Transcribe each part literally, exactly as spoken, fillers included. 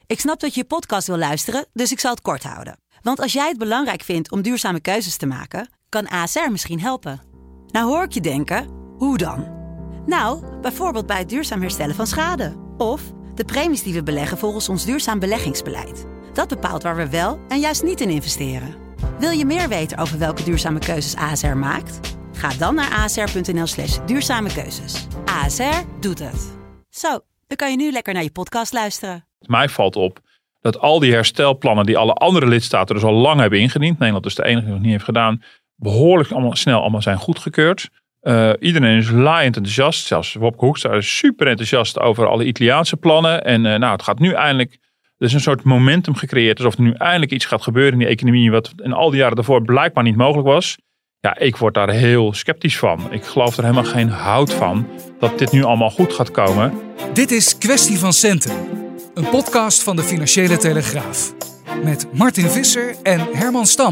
Ik snap dat je je podcast wil luisteren, dus ik zal het kort houden. Want als jij het belangrijk vindt om duurzame keuzes te maken, kan A S R misschien helpen. Nou hoor ik je denken, hoe dan? Nou, bijvoorbeeld bij het duurzaam herstellen van schade. Of de premies die we beleggen volgens ons duurzaam beleggingsbeleid. Dat bepaalt waar we wel en juist niet in investeren. Wil je meer weten over welke duurzame keuzes A S R maakt? Ga dan naar asr.nl slash duurzame keuzes. A S R doet het. Zo, dan kan je nu lekker naar je podcast luisteren. Mij valt op dat al die herstelplannen die alle andere lidstaten dus al lang hebben ingediend, Nederland dus de enige die nog niet heeft gedaan, behoorlijk allemaal, snel allemaal zijn goedgekeurd. Uh, iedereen is laaiend enthousiast. Zelfs Wopke Hoekstra is super enthousiast over alle Italiaanse plannen. En uh, nou, het gaat nu eindelijk, er is een soort momentum gecreëerd, alsof er nu eindelijk iets gaat gebeuren in die economie, wat in al die jaren daarvoor blijkbaar niet mogelijk was. Ja, ik word daar heel sceptisch van. Ik geloof er helemaal geen hout van dat dit nu allemaal goed gaat komen. Dit is Kwestie van Centen. Een podcast van de Financiële Telegraaf. Met Martin Visser en Herman Stam.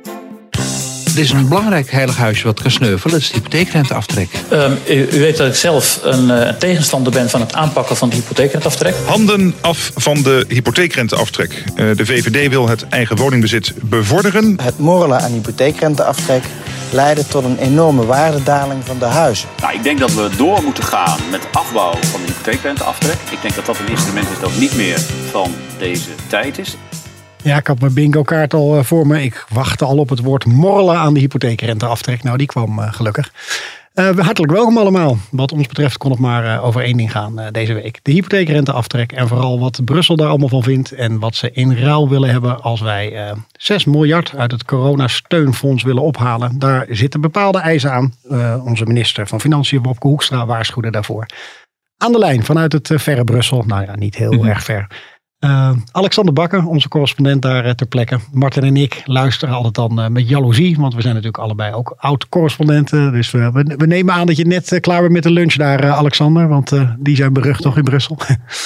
Er is een belangrijk heilig huisje wat kan sneuvelen. Dat is de hypotheekrenteaftrek. Um, u, u weet dat ik zelf een, een tegenstander ben van het aanpakken van de hypotheekrenteaftrek. Handen af van de hypotheekrenteaftrek. Uh, de V V D wil het eigen woningbezit bevorderen. Het morrelen aan hypotheekrenteaftrek leidde tot een enorme waardedaling van de huizen. Nou, ik denk dat we door moeten gaan met afbouw van de hypotheekrenteaftrek. Ik denk dat dat een instrument is dat niet meer van deze tijd is. Ja, ik had mijn bingo-kaart al voor me. Ik wachtte al op het woord morrelen aan de hypotheekrenteaftrek. Nou, die kwam uh, gelukkig. Uh, hartelijk welkom allemaal. Wat ons betreft kon het maar uh, over één ding gaan uh, deze week. De hypotheekrenteaftrek en vooral wat Brussel daar allemaal van vindt. En wat ze in ruil willen hebben als wij uh, zes miljard uit het coronasteunfonds willen ophalen. Daar zitten bepaalde eisen aan. Uh, onze minister van Financiën, Wopke Hoekstra, waarschuwde daarvoor. Aan de lijn vanuit het uh, verre Brussel. Nou ja, niet heel mm-hmm. erg ver. Uh, Alexander Bakker, onze correspondent daar uh, ter plekke. Martin en ik luisteren altijd dan uh, met jaloezie. Want we zijn natuurlijk allebei ook oud-correspondenten. Dus we, we, we nemen aan dat je net uh, klaar bent met de lunch daar, uh, Alexander. Want uh, die zijn berucht toch in Brussel.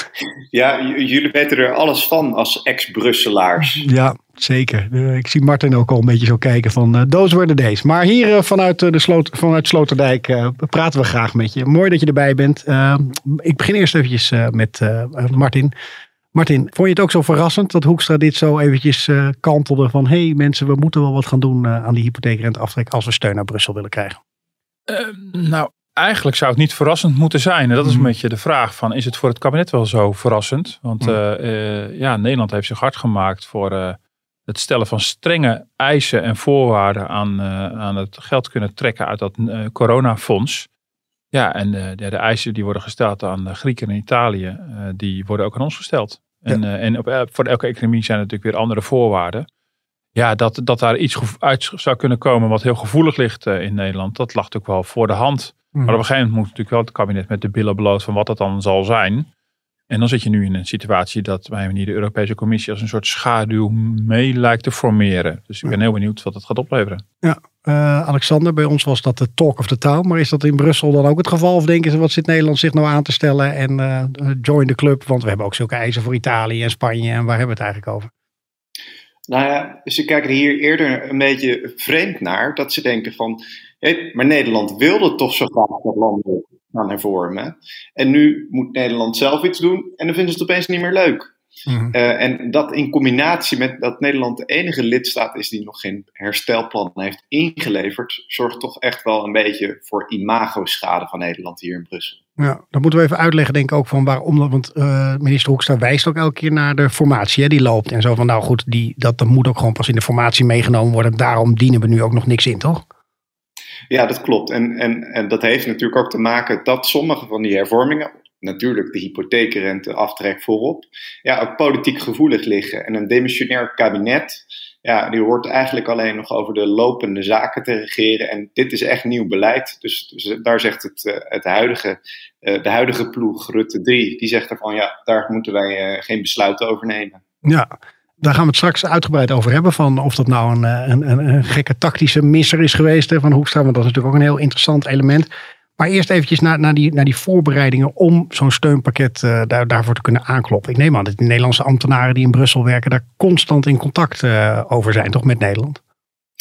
Ja, j- jullie weten er alles van als ex-Brusselaars. Ja, zeker. Uh, ik zie Martin ook al een beetje zo kijken van uh, those were the days. Maar hier uh, vanuit, uh, de Sloot, vanuit Sloterdijk uh, praten we graag met je. Mooi dat je erbij bent. Uh, ik begin eerst eventjes uh, met uh, Martin. Martin, vond je het ook zo verrassend dat Hoekstra dit zo eventjes uh, kantelde van hé hey, mensen, we moeten wel wat gaan doen uh, aan die hypotheekrenteaftrek als we steun naar Brussel willen krijgen? Uh, nou, eigenlijk zou het niet verrassend moeten zijn. En dat is een beetje de vraag van, is het voor het kabinet wel zo verrassend? Want uh, uh, ja, Nederland heeft zich hard gemaakt voor uh, het stellen van strenge eisen en voorwaarden aan, uh, aan het geld kunnen trekken uit dat uh, coronafonds. Ja, en uh, de, de eisen die worden gesteld aan Grieken en Italië, uh, die worden ook aan ons gesteld. En, ja. uh, en op, uh, voor elke economie zijn er natuurlijk weer andere voorwaarden. Ja, dat, dat daar iets uit zou kunnen komen wat heel gevoelig ligt uh, in Nederland, dat lag natuurlijk wel voor de hand. Mm. Maar op een gegeven moment moet natuurlijk wel het kabinet met de billen bloot van wat dat dan zal zijn. En dan zit je nu in een situatie dat bij manier de Europese Commissie als een soort schaduw mee lijkt te formeren. Dus ik ben heel benieuwd wat dat gaat opleveren. Ja, uh, Alexander, bij ons was dat de talk of the town. Maar is dat in Brussel dan ook het geval? Of denken ze, wat zit Nederland zich nou aan te stellen? En uh, join the club, want we hebben ook zulke eisen voor Italië en Spanje. En waar hebben we het eigenlijk over? Nou ja, ze kijken hier eerder een beetje vreemd naar. Dat ze denken van, hey, maar Nederland wilde toch zo graag dat landen gaan hervormen. En nu moet Nederland zelf iets doen en dan vinden ze het opeens niet meer leuk. Mm-hmm. Uh, en dat in combinatie met dat Nederland de enige lidstaat is die nog geen herstelplan heeft ingeleverd, zorgt toch echt wel een beetje voor imago-schade van Nederland hier in Brussel. Ja, dan moeten we even uitleggen denk ik ook van waarom. Want uh, minister Hoekstra wijst ook elke keer naar de formatie hè, die loopt. En zo van nou goed, die, dat, dat moet ook gewoon pas in de formatie meegenomen worden. Daarom dienen we nu ook nog niks in, toch? Ja, dat klopt. En, en, en dat heeft natuurlijk ook te maken dat sommige van die hervormingen, natuurlijk de hypotheekrenteaftrek voorop, ja, ook politiek gevoelig liggen. En een demissionair kabinet, ja, die hoort eigenlijk alleen nog over de lopende zaken te regeren. En dit is echt nieuw beleid. Dus, dus daar zegt het, het huidige, de huidige ploeg, Rutte drie, die zegt ervan, ja, daar moeten wij geen besluiten over nemen. Ja. Daar gaan we het straks uitgebreid over hebben. Van of dat nou een, een, een, een gekke tactische misser is geweest van Hoekstra. Want dat is natuurlijk ook een heel interessant element. Maar eerst eventjes naar, naar, die, naar die voorbereidingen om zo'n steunpakket uh, daar, daarvoor te kunnen aankloppen. Ik neem aan dat de Nederlandse ambtenaren die in Brussel werken daar constant in contact uh, over zijn, toch met Nederland?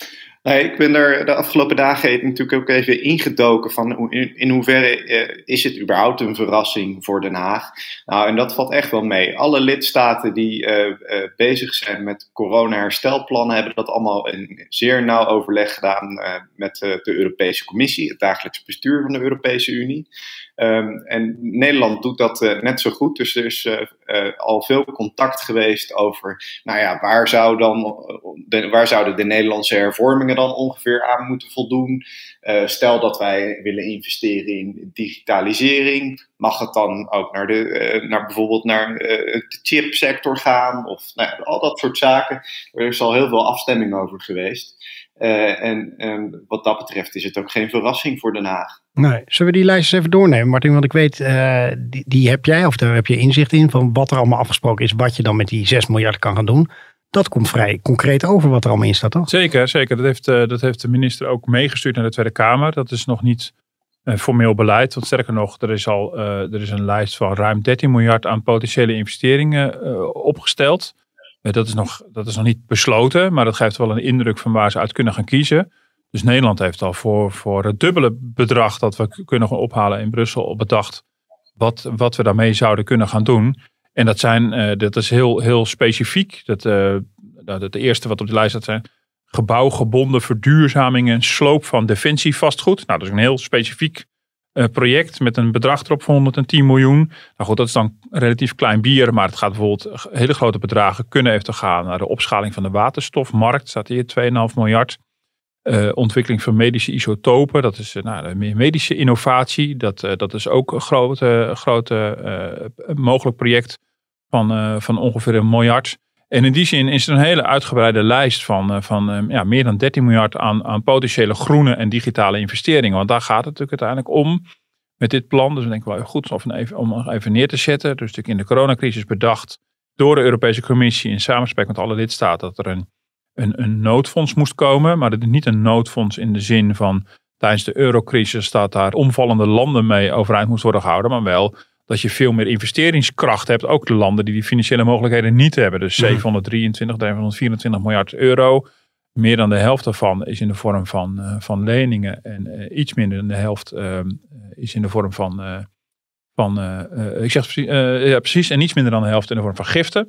Nee, ik ben er de afgelopen dagen natuurlijk ook even ingedoken van in, in hoeverre uh, is het überhaupt een verrassing voor Den Haag. Nou, en dat valt echt wel mee. Alle lidstaten die uh, uh, bezig zijn met corona-herstelplannen hebben dat allemaal in zeer nauw overleg gedaan uh, met uh, de Europese Commissie, het dagelijks bestuur van de Europese Unie. Um, en Nederland doet dat uh, net zo goed. Dus er is uh, uh, al veel contact geweest over, nou ja, waar, zou dan, de, waar zouden de Nederlandse hervormingen dan ongeveer aan moeten voldoen? Uh, stel dat wij willen investeren in digitalisering, mag het dan ook naar, de, uh, naar bijvoorbeeld naar uh, de chipsector gaan? Of nou ja, al dat soort zaken. Er is al heel veel afstemming over geweest. Uh, en um, wat dat betreft is het ook geen verrassing voor Den Haag. Nee, zullen we die lijst eens even doornemen, Martin? Want ik weet, uh, die, die heb jij, of daar heb je inzicht in, van wat er allemaal afgesproken is, wat je dan met die zes miljard kan gaan doen. Dat komt vrij concreet over wat er allemaal in staat, toch? Zeker, zeker. Dat heeft, uh, dat heeft de minister ook meegestuurd naar de Tweede Kamer. Dat is nog niet uh, formeel beleid. Want sterker nog, er is al uh, er is een lijst van ruim dertien miljard aan potentiële investeringen uh, opgesteld. Uh, dat, is nog, dat is nog niet besloten, maar dat geeft wel een indruk van waar ze uit kunnen gaan kiezen. Dus Nederland heeft al voor, voor het dubbele bedrag dat we kunnen gaan ophalen in Brussel bedacht wat, wat we daarmee zouden kunnen gaan doen. En dat, zijn, uh, dat is heel, heel specifiek. Dat, uh, dat het eerste wat op de lijst staat zijn gebouwgebonden verduurzaming en sloop van defensievastgoed. Nou, dat is een heel specifiek uh, project met een bedrag erop van honderdtien miljoen. Nou goed, dat is dan relatief klein bier, maar het gaat bijvoorbeeld hele grote bedragen kunnen even gaan naar de opschaling van de waterstofmarkt. Staat hier twee komma vijf miljard. Uh, ontwikkeling van medische isotopen, dat is uh, nou, de medische innovatie. Dat, uh, dat is ook een grote, grote uh, mogelijk project van, uh, van ongeveer een miljard. En in die zin is er een hele uitgebreide lijst van, uh, van uh, ja, meer dan dertien miljard aan, aan potentiële groene en digitale investeringen. Want daar gaat het natuurlijk uiteindelijk om met dit plan. Dus ik denk wel goed om even, om even neer te zetten. Dus natuurlijk in de coronacrisis bedacht door de Europese Commissie in samenspraak met alle lidstaten dat er een Een, een noodfonds moest komen, maar het is niet een noodfonds in de zin van tijdens de eurocrisis dat daar omvallende landen mee overeind moest worden gehouden, maar wel dat je veel meer investeringskracht hebt, ook de landen die die financiële mogelijkheden niet hebben. Dus zevenhonderddrieëntwintig, zevenhonderdvierentwintig miljard euro, meer dan de helft daarvan is in de vorm van, uh, van leningen en uh, iets minder dan de helft uh, is in de vorm van, uh, van uh, uh, ik zeg precies, uh, ja, precies, en iets minder dan de helft in de vorm van giften.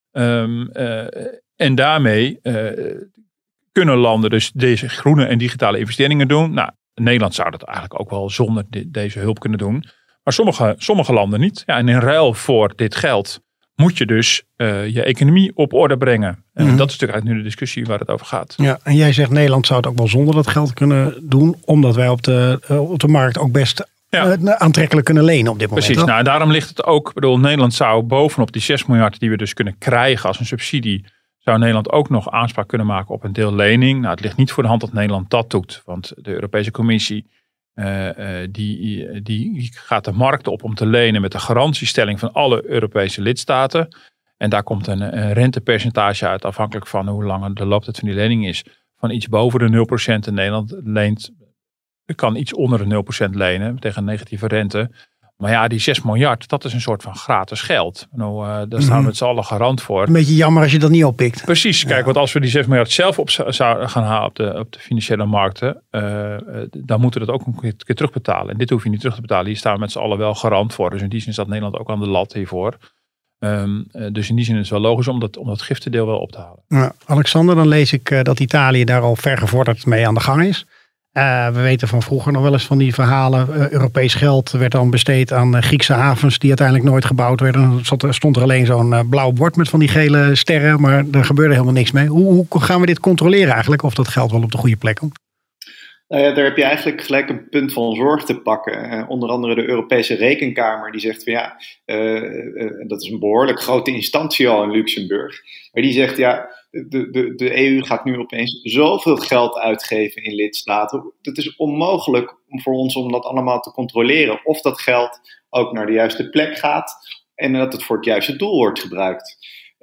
Um, uh, En daarmee uh, kunnen landen dus deze groene en digitale investeringen doen. Nou, Nederland zou dat eigenlijk ook wel zonder de, deze hulp kunnen doen. Maar sommige, sommige landen niet. Ja, en in ruil voor dit geld moet je dus uh, je economie op orde brengen. En mm-hmm. dat is natuurlijk eigenlijk nu de discussie waar het over gaat. Ja, en jij zegt Nederland zou het ook wel zonder dat geld kunnen doen. Omdat wij op de, uh, op de markt ook best ja. uh, aantrekkelijk kunnen lenen op dit moment. Precies, toch? nou daarom ligt het ook. Ik bedoel, Nederland zou bovenop die zes miljard die we dus kunnen krijgen als een subsidie, zou Nederland ook nog aanspraak kunnen maken op een deel lening. Nou, het ligt niet voor de hand dat Nederland dat doet. Want de Europese Commissie uh, uh, die, die gaat de markt op om te lenen met de garantiestelling van alle Europese lidstaten. En daar komt een, een rentepercentage uit, afhankelijk van hoe lang de looptijd van die lening is, van iets boven de nul procent. En Nederland leent, kan iets onder de nul procent lenen tegen een negatieve rente. Maar ja, die zes miljard, dat is een soort van gratis geld. Nou, uh, daar staan we met z'n allen garant voor. Een beetje jammer als je dat niet oppikt. Precies, kijk, ja. Want als we die zes miljard zelf op zouden gaan halen op de, op de financiële markten, uh, uh, dan moeten we dat ook een keer, keer terugbetalen. En dit hoef je niet terug te betalen, hier staan we met z'n allen wel garant voor. Dus in die zin staat Nederland ook aan de lat hiervoor. Um, uh, dus in die zin is het wel logisch om dat, om dat giftendeel wel op te halen. Ja, Alexander, dan lees ik uh, dat Italië daar al ver gevorderd mee aan de gang is. Uh, we weten van vroeger nog wel eens van die verhalen. Uh, Europees geld werd dan besteed aan uh, Griekse havens die uiteindelijk nooit gebouwd werden. Dan stond er alleen zo'n uh, blauw bord met van die gele sterren, maar er gebeurde helemaal niks mee. Hoe, hoe gaan we dit controleren eigenlijk? Of dat geld wel op de goede plek komt? Nou ja, daar heb je eigenlijk gelijk een punt van zorg te pakken. Uh, onder andere de Europese Rekenkamer die zegt van ja, uh, uh, dat is een behoorlijk grote instantie al in Luxemburg. Maar die zegt ja, de, de, de E U gaat nu opeens zoveel geld uitgeven in lidstaten. Het is onmogelijk voor ons om dat allemaal te controleren. Of dat geld ook naar de juiste plek gaat en dat het voor het juiste doel wordt gebruikt.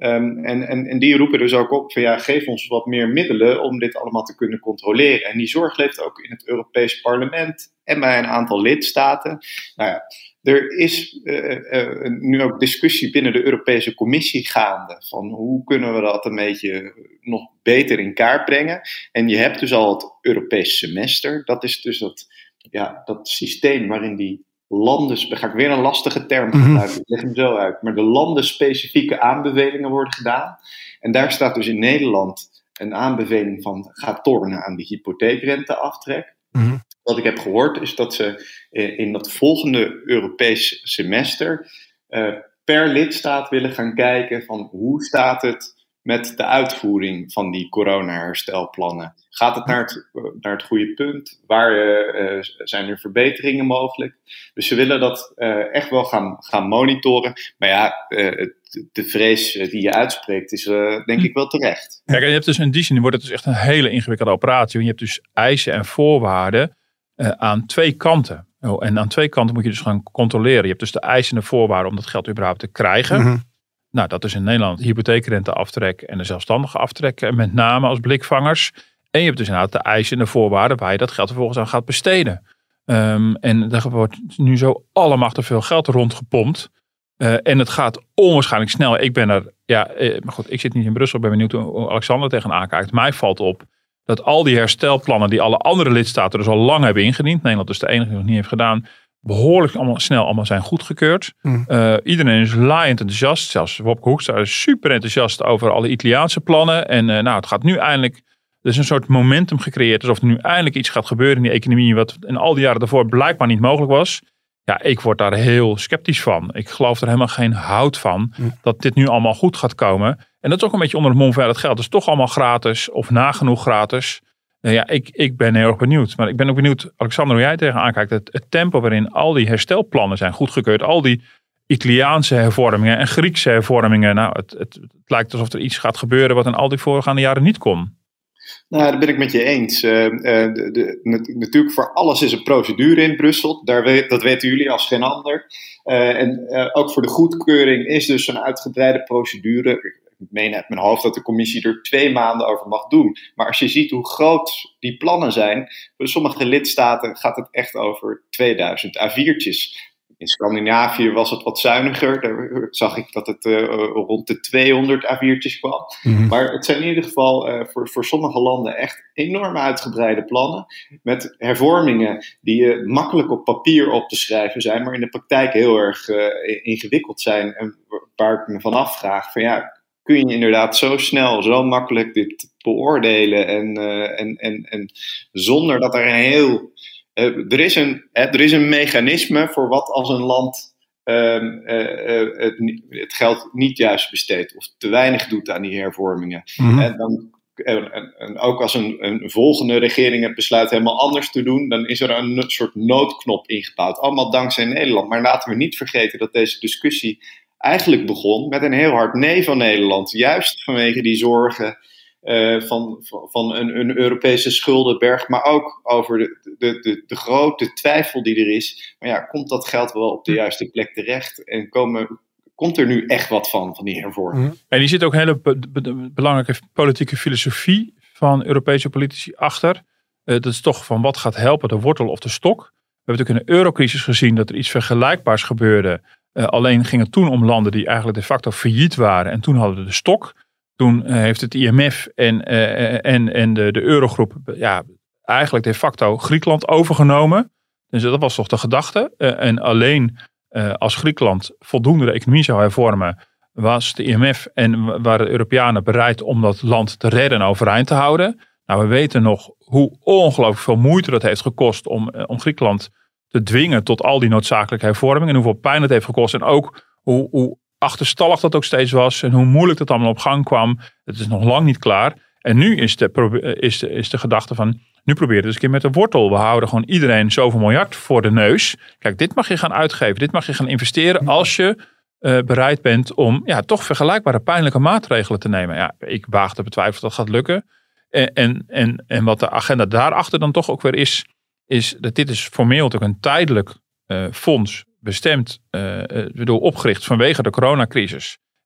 Um, en, en, en die roepen dus ook op van ja, geef ons wat meer middelen om dit allemaal te kunnen controleren. En die zorg leeft ook in het Europees Parlement en bij een aantal lidstaten. Nou ja, er is uh, uh, nu ook discussie binnen de Europese Commissie gaande van hoe kunnen we dat een beetje nog beter in kaart brengen. En je hebt dus al het Europees semester. Dat is dus dat, ja, dat systeem waarin die landen, dan ga ik weer een lastige term gebruiken, mm-hmm. ik leg hem zo uit, maar de landenspecifieke aanbevelingen worden gedaan. En daar staat dus in Nederland een aanbeveling van ga tornen aan de hypotheekrenteaftrek. Mm-hmm. Wat ik heb gehoord is dat ze in dat volgende Europees semester uh, per lidstaat willen gaan kijken van hoe staat het met de uitvoering van die corona-herstelplannen. Gaat het naar het, naar het goede punt? Waar uh, zijn er verbeteringen mogelijk? Dus ze willen dat uh, echt wel gaan, gaan monitoren. Maar ja, uh, de vrees die je uitspreekt is uh, denk ik wel terecht. Kijk, en je hebt dus in die zin wordt het dus echt een hele ingewikkelde operatie. Want je hebt dus eisen en voorwaarden uh, aan twee kanten. Oh, en aan twee kanten moet je dus gaan controleren. Je hebt dus de eisen en de voorwaarden om dat geld überhaupt te krijgen. Mm-hmm. Nou, dat is in Nederland de hypotheekrenteaftrek en de zelfstandige aftrek met name als blikvangers. En je hebt dus inderdaad de eisen en de voorwaarden waar je dat geld vervolgens aan gaat besteden. Um, en er wordt nu zo allemachtig veel geld rondgepompt. Uh, en het gaat onwaarschijnlijk snel. Ik ben er, ja, uh, maar goed, ik zit niet in Brussel. Ik ben benieuwd hoe Alexander tegenaan kijkt. Mij valt op dat al die herstelplannen die alle andere lidstaten dus al lang hebben ingediend. Nederland is de enige die het nog niet heeft gedaan. Behoorlijk allemaal, snel allemaal zijn goedgekeurd. Mm. Uh, iedereen is laaiend enthousiast. Zelfs Wopke Hoekstra is super enthousiast over alle Italiaanse plannen. En uh, nou, het gaat nu eindelijk. Er is een soort momentum gecreëerd. Alsof er nu eindelijk iets gaat gebeuren in die economie. Wat in al die jaren daarvoor blijkbaar niet mogelijk was. Ja, ik word daar heel sceptisch van. Ik geloof er helemaal geen hout van. Mm. Dat dit nu allemaal goed gaat komen. En dat is ook een beetje onder de mom van het geld. Het is toch allemaal gratis. Of nagenoeg gratis. Uh, ja, ik, ik ben heel erg benieuwd. Maar ik ben ook benieuwd, Alexander, hoe jij tegenaan kijkt. Het, het tempo waarin al die herstelplannen zijn goedgekeurd. Al die Italiaanse hervormingen en Griekse hervormingen. Nou, het, het, het lijkt alsof er iets gaat gebeuren wat in al die voorgaande jaren niet kon. Nou, dat ben ik met je eens. Uh, uh, de, de, natuurlijk, voor alles is een procedure in Brussel. Daar weet, dat weten jullie als geen ander. Uh, en uh, ook voor de goedkeuring is dus een uitgebreide procedure. Ik meen uit mijn hoofd dat de commissie er twee maanden over mag doen. Maar als je ziet hoe groot die plannen zijn, voor sommige lidstaten gaat het echt over tweeduizend A viertjes. In Scandinavië was het wat zuiniger. Daar zag ik dat het uh, rond de tweehonderd A viertjes kwam. Mm-hmm. Maar het zijn in ieder geval uh, voor, voor sommige landen echt enorm uitgebreide plannen. Met hervormingen die uh, makkelijk op papier op te schrijven zijn, maar in de praktijk heel erg uh, ingewikkeld zijn. En waar ik me van afvraag van ja, kun je inderdaad zo snel, zo makkelijk dit beoordelen en, uh, en, en, en zonder dat er een heel... Uh, er, is een, uh, er is een mechanisme voor wat als een land uh, uh, uh, het, het geld niet juist besteedt of te weinig doet aan die hervormingen. Mm-hmm. En dan, en, en, en ook als een, een volgende regering het besluit helemaal anders te doen, dan is er een soort noodknop ingebouwd. Allemaal dankzij Nederland. Maar laten we niet vergeten dat deze discussie eigenlijk begon met een heel hard nee van Nederland. Juist vanwege die zorgen uh, van, van, van een, een Europese schuldenberg, maar ook over de, de, de, de grote twijfel die er is. Maar ja, komt dat geld wel op de juiste plek terecht en komen, komt er nu echt wat van, van die hervorming? En die zit ook een hele be- be- belangrijke politieke filosofie van Europese politici achter. Uh, dat is toch van wat gaat helpen, de wortel of de stok. We hebben natuurlijk in de eurocrisis gezien dat er iets vergelijkbaars gebeurde. Uh, alleen ging het toen om landen die eigenlijk de facto failliet waren. En toen hadden we de stok. Toen uh, heeft het I M F en, uh, en, en de, de eurogroep ja, eigenlijk de facto Griekenland overgenomen. Dus dat was toch de gedachte. Uh, en alleen uh, als Griekenland voldoende de economie zou hervormen, was de I M F en waren de Europeanen bereid om dat land te redden en overeind te houden. Nou, we weten nog hoe ongelooflijk veel moeite dat heeft gekost om, uh, om Griekenland te dwingen tot al die noodzakelijke hervormingen. En hoeveel pijn het heeft gekost. En ook hoe, hoe achterstallig dat ook steeds was. En hoe moeilijk dat allemaal op gang kwam. Het is nog lang niet klaar. En nu is de, is de, is de gedachte van, nu proberen we het eens een keer met de wortel. We houden gewoon iedereen zoveel miljard voor de neus. Kijk, dit mag je gaan uitgeven. Dit mag je gaan investeren als je uh, bereid bent om ja, toch vergelijkbare pijnlijke maatregelen te nemen. Ja, ik waag te betwijfelen dat dat gaat lukken. En, en, en, en wat de agenda daarachter dan toch ook weer is, is dat dit is formeel natuurlijk een tijdelijk uh, fonds bestemd, uh, bedoel, opgericht vanwege de coronacrisis.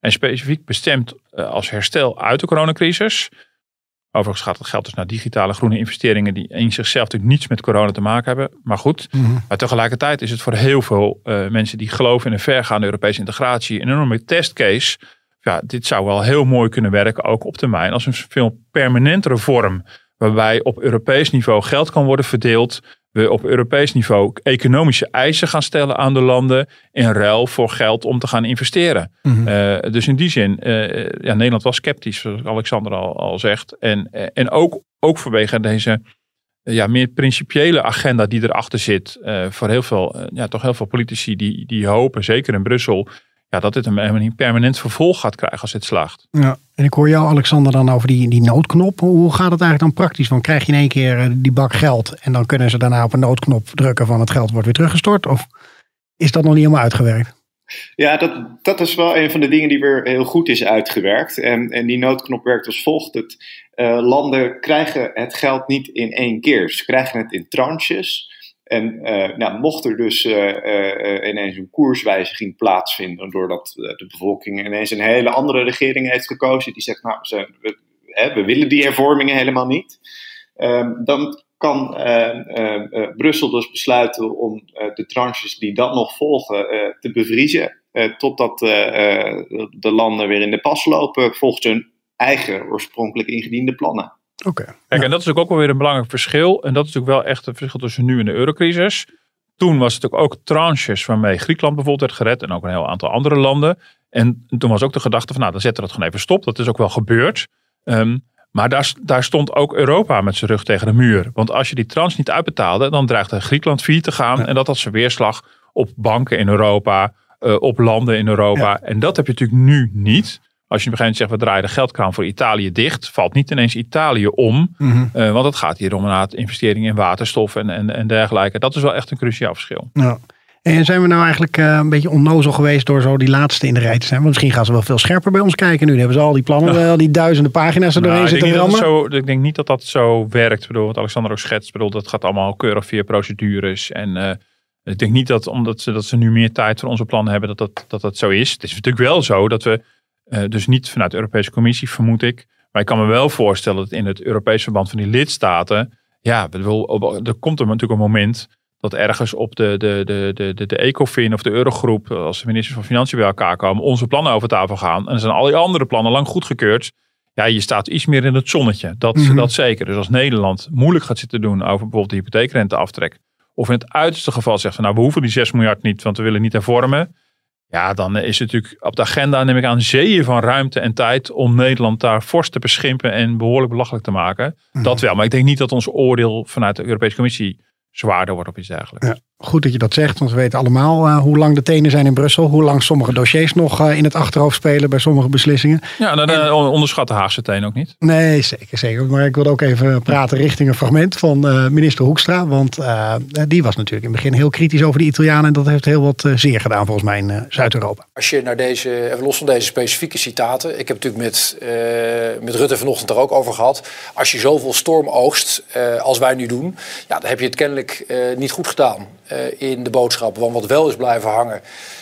En specifiek bestemd uh, als herstel uit de coronacrisis. Overigens gaat het geld dus naar digitale groene investeringen die in zichzelf natuurlijk niets met corona te maken hebben. Maar goed, mm-hmm. maar tegelijkertijd is het voor heel veel uh, mensen die geloven in een vergaande Europese integratie een enorme testcase. Ja, dit zou wel heel mooi kunnen werken, ook op termijn, als een veel permanentere vorm. Waarbij op Europees niveau geld kan worden verdeeld. We op Europees niveau economische eisen gaan stellen aan de landen in ruil voor geld om te gaan investeren. Mm-hmm. Uh, dus in die zin, uh, ja, Nederland was sceptisch, zoals Alexander al, al zegt. En, uh, en ook, ook vanwege deze uh, ja, meer principiële agenda die erachter zit. Uh, voor heel veel, uh, ja, toch heel veel politici die, die hopen, zeker in Brussel, ja, dat dit een, een permanent vervolg gaat krijgen als dit slaagt. Ja, en ik hoor jou, Alexander, dan over die, die noodknop. Hoe gaat het eigenlijk dan praktisch? Want krijg je in één keer die bak geld en dan kunnen ze daarna op een noodknop drukken van het geld wordt weer teruggestort? Of is dat nog niet helemaal uitgewerkt? Ja, dat, dat is wel een van de dingen die weer heel goed is uitgewerkt. En, en die noodknop werkt als volgt. Het, uh, landen krijgen het geld niet in één keer. Ze krijgen het in tranches. En uh, nou, mocht er dus uh, uh, ineens een koerswijziging plaatsvinden, doordat uh, de bevolking ineens een hele andere regering heeft gekozen, die zegt, nou, ze, we, hè, we willen die hervormingen helemaal niet. Um, dan kan uh, uh, uh, Brussel dus besluiten om uh, de tranches die dan nog volgen uh, te bevriezen, uh, totdat uh, uh, de landen weer in de pas lopen volgens hun eigen oorspronkelijk ingediende plannen. Oké. Okay. Kijk, en dat is natuurlijk ook wel weer een belangrijk verschil. En dat is natuurlijk wel echt het verschil tussen nu en de eurocrisis. Toen was het natuurlijk ook tranches waarmee Griekenland bijvoorbeeld werd gered. En ook een heel aantal andere landen. En toen was ook de gedachte van, nou, dan zetten we dat gewoon even stop. Dat is ook wel gebeurd. Um, maar daar, daar stond ook Europa met zijn rug tegen de muur. Want als je die tranche niet uitbetaalde, dan dreigde Griekenland failliet te gaan. Ja. En dat had zijn weerslag op banken in Europa, uh, op landen in Europa. Ja. En dat heb je natuurlijk nu niet. Als je op een gegeven moment zegt, we draaien de geldkraan voor Italië dicht, valt niet ineens Italië om. Mm-hmm. Uh, want het gaat hier om een investeringen in waterstof en, en, en dergelijke. Dat is wel echt een cruciaal verschil. Ja. En zijn we nou eigenlijk uh, een beetje onnozel geweest door zo die laatste in de rij te zijn? Want misschien gaan ze wel veel scherper bij ons kijken nu. Dan hebben ze al die plannen, ja. al die duizenden pagina's er doorheen nou, zitten rammen. Zo, ik denk niet dat dat zo werkt. Ik bedoel, wat Alexander ook schetst, bedoel, dat gaat allemaal keurig via procedures. En uh, ik denk niet dat omdat ze, dat ze nu meer tijd voor onze plannen hebben, dat dat, dat dat zo is. Het is natuurlijk wel zo dat we Uh, dus niet vanuit de Europese Commissie, vermoed ik. Maar ik kan me wel voorstellen dat in het Europese verband van die lidstaten, ja, er komt er natuurlijk een moment dat ergens op de, de, de, de, de, de ECOFIN of de Eurogroep, als de ministers van Financiën bij elkaar komen, onze plannen over tafel gaan. En dan zijn al die andere plannen lang goedgekeurd. Ja, je staat iets meer in het zonnetje. Dat, mm-hmm. dat zeker. Dus als Nederland moeilijk gaat zitten doen over bijvoorbeeld de hypotheekrenteaftrek, of in het uiterste geval zegt van, nou, we hoeven die zes miljard niet, want we willen niet hervormen. Ja, dan is het natuurlijk op de agenda, neem ik aan, zeeën van ruimte en tijd om Nederland daar fors te beschimpen en behoorlijk belachelijk te maken. Mm-hmm. Dat wel, maar ik denk niet dat ons oordeel vanuit de Europese Commissie zwaarder wordt op iets dergelijks. Ja, goed dat je dat zegt, want we weten allemaal uh, hoe lang de tenen zijn in Brussel. Hoe lang sommige dossiers nog uh, in het achterhoofd spelen bij sommige beslissingen. Ja, nou, en, onderschat de Haagse tenen ook niet. Nee, zeker, zeker. Maar ik wil ook even praten richting een fragment van uh, minister Hoekstra. Want uh, die was natuurlijk in het begin heel kritisch over de Italianen. En dat heeft heel wat uh, zeer gedaan volgens mij in uh, Zuid-Europa. Als je naar deze, even los van deze specifieke citaten. Ik heb natuurlijk met, uh, met Rutte vanochtend er ook over gehad. Als je zoveel storm oogst uh, als wij nu doen. Ja, dan heb je het kennelijk uh, niet goed gedaan. Uh, in de boodschap. Want wat wel is blijven hangen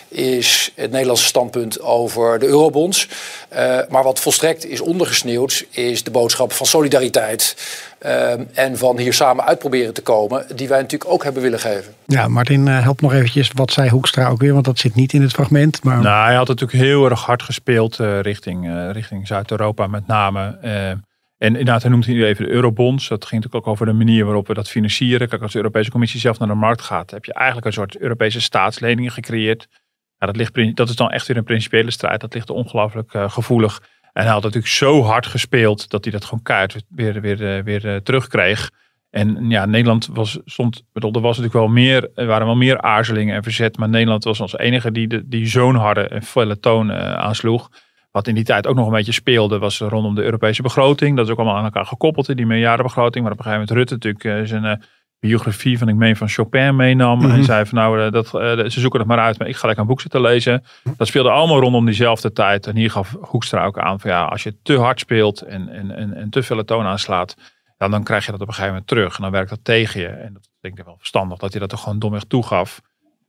is het Nederlandse standpunt over de eurobonds. Uh, maar wat volstrekt is ondergesneeuwd is de boodschap van solidariteit. Uh, en van hier samen uitproberen te komen. Die wij natuurlijk ook hebben willen geven. Ja, Martin, uh, help nog eventjes. Wat zei Hoekstra ook weer? Want dat zit niet in het fragment. Maar... Nou, hij had natuurlijk heel erg hard gespeeld uh, richting, uh, richting Zuid-Europa met name. Uh, En inderdaad, hij noemt hier even de eurobonds. Dat ging natuurlijk ook over de manier waarop we dat financieren. Kijk, als de Europese Commissie zelf naar de markt gaat, heb je eigenlijk een soort Europese staatsleningen gecreëerd. Ja, dat, ligt, dat is dan echt weer een principiële strijd. Dat ligt ongelooflijk uh, gevoelig. En hij had natuurlijk zo hard gespeeld dat hij dat gewoon keihard weer, weer, weer, weer uh, terugkreeg. En ja, Nederland was, stond, bedoel, er was natuurlijk wel meer, er waren wel meer aarzelingen en verzet. Maar Nederland was als enige die, de, die zo'n harde en felle toon uh, aansloeg. Wat in die tijd ook nog een beetje speelde, was rondom de Europese begroting. Dat is ook allemaal aan elkaar gekoppeld, die meerjarenbegroting. Maar op een gegeven moment Rutte natuurlijk uh, zijn uh, biografie van, ik meen, van Chopin meenam. Mm-hmm. En zei van, nou, dat, uh, ze zoeken het maar uit, maar ik ga lekker een boek zitten lezen. Dat speelde allemaal rondom diezelfde tijd. En hier gaf Hoekstra ook aan van, ja, als je te hard speelt en, en, en, en te veel toon aanslaat, ja, dan krijg je dat op een gegeven moment terug. En dan werkt dat tegen je. En dat denk ik wel verstandig, dat hij dat er gewoon domweg toegaf.